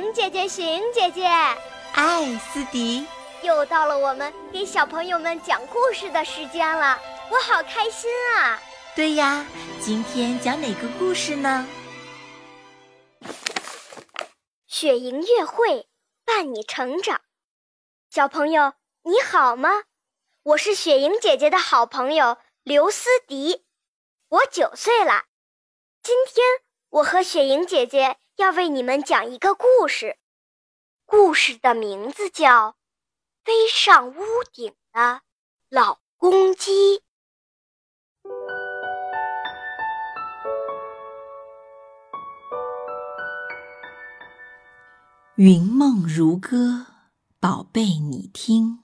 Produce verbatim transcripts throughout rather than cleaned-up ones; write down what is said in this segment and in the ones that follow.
莹姐姐，雪莹姐姐， 哎，思迪， 又到了我们给小朋友们讲故事的时间了，我好开心啊！ 对呀，今天讲哪个故事呢？ 雪莹乐会伴你成长。小朋友你好吗？我是雪莹姐姐的好朋友刘思迪，我九岁了。今天我和雪莹姐姐要为你们讲一个故事，故事的名字叫《飞上屋顶的老公鸡》。 云梦如歌，宝贝你听。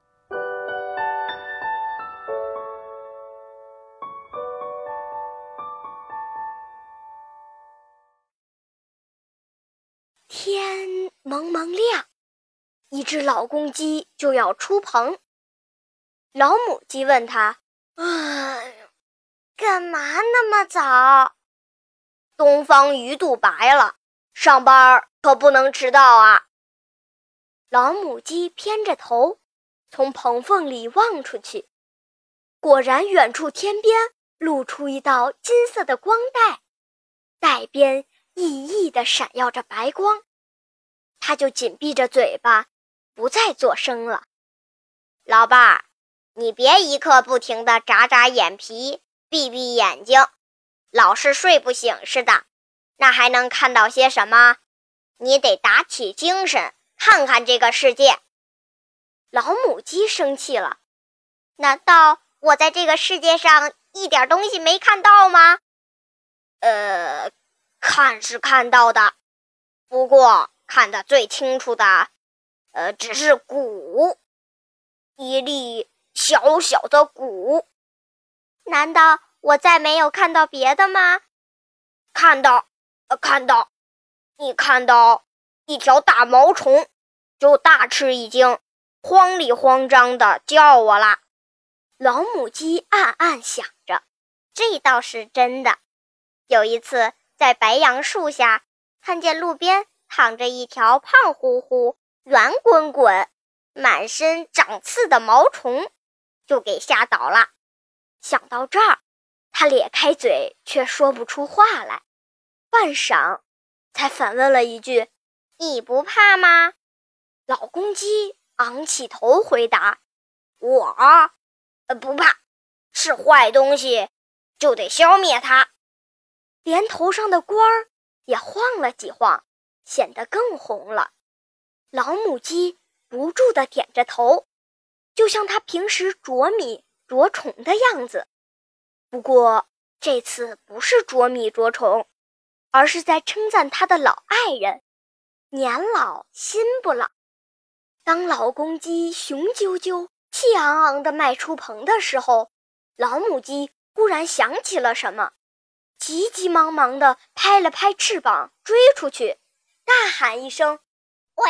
天蒙蒙亮，一只老公鸡就要出棚。老母鸡问他：哎，干嘛那么早？东方鱼肚白了，上班可不能迟到啊！老母鸡偏着头，从棚缝里望出去，果然远处天边露出一道金色的光带，带边熠熠地闪耀着白光。他就紧闭着嘴巴，不再作声了。老伴儿，你别一刻不停地眨眨眼皮，闭闭眼睛，老是睡不醒似的，那还能看到些什么？你得打起精神，看看这个世界。老母鸡生气了，难道我在这个世界上一点东西没看到吗？呃，看是看到的，不过看得最清楚的，呃，只是谷，一粒小小的谷。难道我再没有看到别的吗？看到，呃，看到，你看到一条大毛虫，就大吃一惊，慌里慌张地叫我啦。老母鸡暗暗想着，这倒是真的。有一次在白杨树下，看见路边躺着一条胖乎乎、圆滚滚、满身长刺的毛虫，就给吓倒了。想到这儿，他咧开嘴却说不出话来，半晌才反问了一句：你不怕吗？老公鸡昂起头回答：我、呃、不怕，是坏东西就得消灭它。连头上的冠儿也晃了几晃，显得更红了。老母鸡不住地点着头，就像它平时啄米啄虫的样子。不过这次不是啄米啄虫，而是在称赞他的老爱人，年老心不老。当老公鸡雄赳赳气昂昂地迈出棚的时候，老母鸡忽然想起了什么，急急忙忙地拍了拍翅膀追出去，大喊一声：回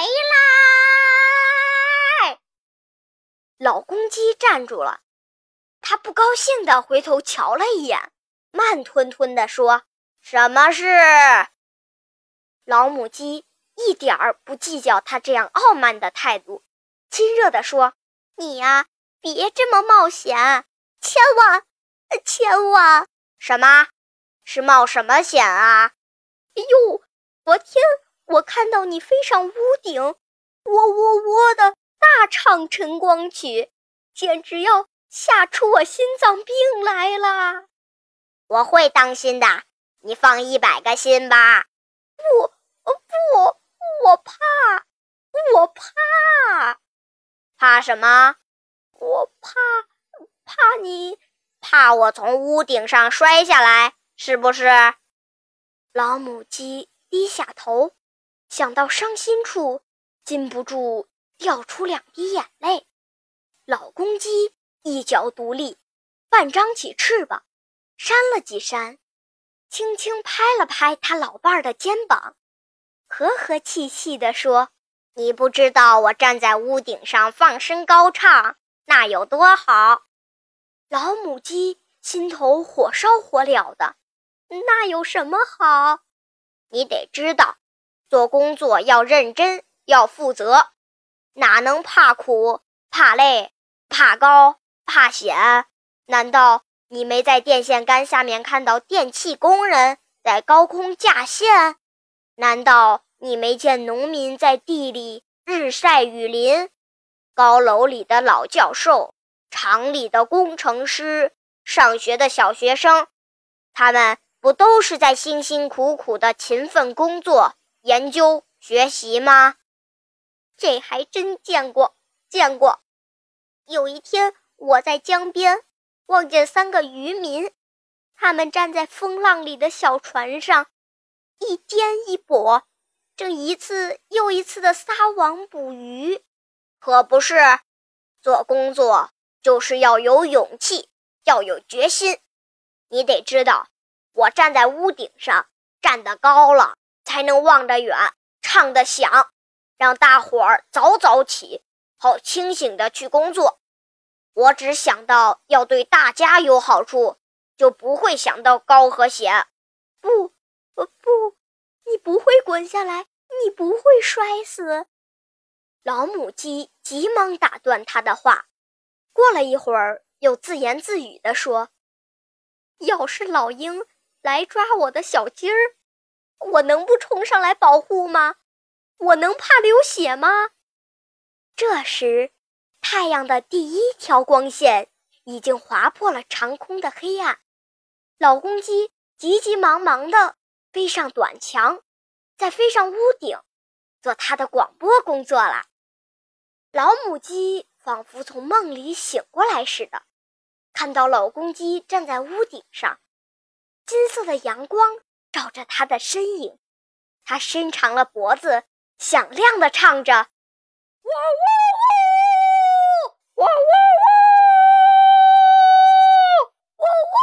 来！老公鸡站住了，他不高兴地回头瞧了一眼，慢吞吞地说：什么事？老母鸡一点儿不计较他这样傲慢的态度，亲热地说：你呀，别这么冒险，千万千万。什么？是冒什么险啊？哎呦，昨天我看到你飞上屋顶，喔喔喔的大唱晨光曲，简直要吓出我心脏病来了。我会当心的，你放一百个心吧。不，不，我怕，我怕。怕什么？我怕，怕你，怕我从屋顶上摔下来，是不是？老母鸡低下头，想到伤心处，禁不住掉出两滴眼泪。老公鸡一脚独立，半张起翅膀，扇了几扇，轻轻拍了拍他老伴儿的肩膀，和和气气地说：你不知道我站在屋顶上放声高唱，那有多好。老母鸡心头火烧火燎的，那有什么好？你得知道， 做工作要认真，要负责，哪能怕苦、怕累、怕高、怕险？难道你没在电线杆下面看到电气工人在高空架线？难道你没见农民在地里日晒雨淋？高楼里的老教授，厂里的工程师，上学的小学生，他们不都是在辛辛苦苦的勤奋工作、研究、学习吗？这还真见过，见过。有一天，我在江边望见三个渔民，他们站在风浪里的小船上，一颠一簸，正一次又一次地撒网捕鱼。可不是，做工作就是要有勇气，要有决心。你得知道，我站在屋顶上，站得高了，才能望得远，唱得响，让大伙儿早早起，好清醒地去工作。我只想到要对大家有好处，就不会想到高和险。不，呃不，你不会滚下来，你不会摔死。老母鸡急忙打断他的话，过了一会儿，又自言自语地说：要是老鹰来抓我的小鸡儿，我能不冲上来保护吗？我能怕流血吗？这时，太阳的第一条光线已经划破了长空的黑暗，老公鸡急急忙忙地飞上短墙，再飞上屋顶，做它的广播工作了。老母鸡仿佛从梦里醒过来似的，看到老公鸡站在屋顶上，金色的阳光照着它的身影，它伸长了脖子，响亮地唱着：哇哇哇，哇哇哇，哇哇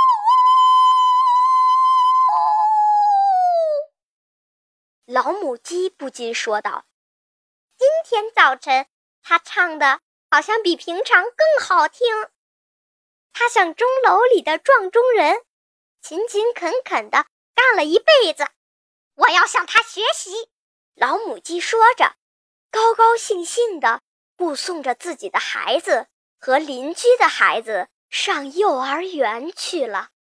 哇。老母鸡不禁说道：今天早晨他唱的好像比平常更好听。他像钟楼里的撞钟人，勤勤恳恳地干了一辈子。我要向他学习。老母鸡说着，高高兴兴地护送着自己的孩子和邻居的孩子上幼儿园去了。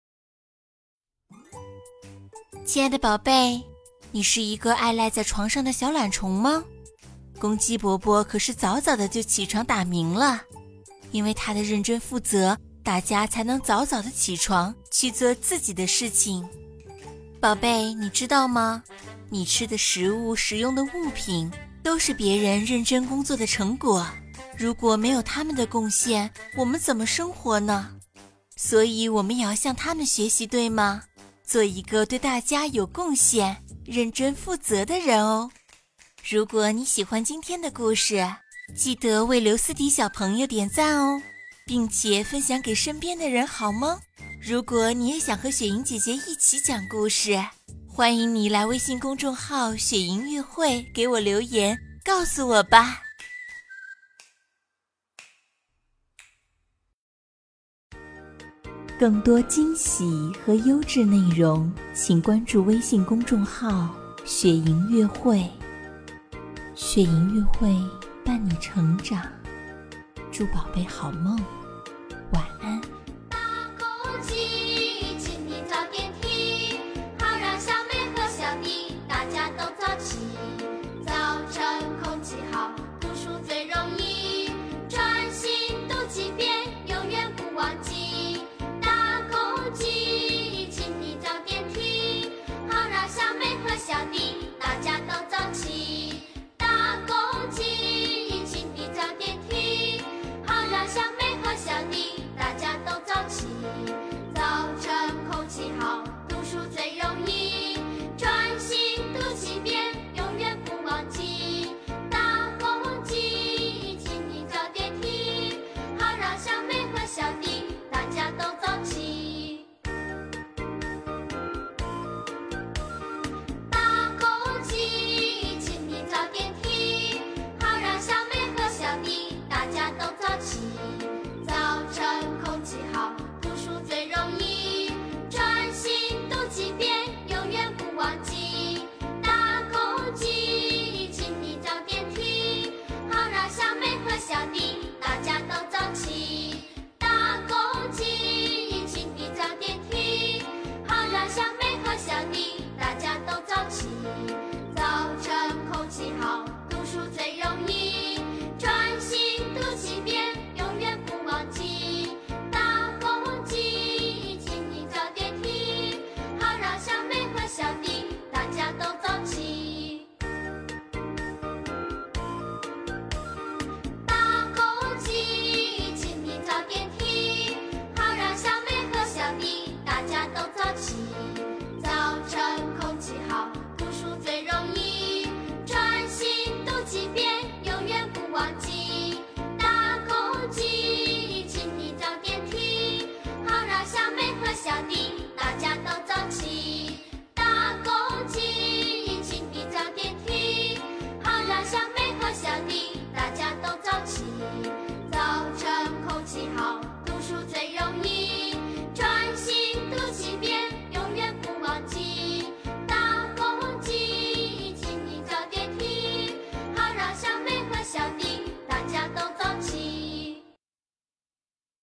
亲爱的宝贝，你是一个爱赖在床上的小懒虫吗？公鸡伯伯可是早早的就起床打鸣了，因为他的认真负责，大家才能早早的起床去做自己的事情。宝贝，你知道吗？你吃的食物、使用的物品都是别人认真工作的成果，如果没有他们的贡献，我们怎么生活呢？所以我们也要向他们学习，对吗？做一个对大家有贡献、认真负责的人哦。如果你喜欢今天的故事，记得为刘思迪小朋友点赞哦，并且分享给身边的人，好吗？如果你也想和雪莹姐姐一起讲故事，欢迎你来微信公众号雪莹乐会给我留言，告诉我吧。更多惊喜和优质内容，请关注微信公众号雪莹乐会。雪莹乐会伴你成长，祝宝贝好梦。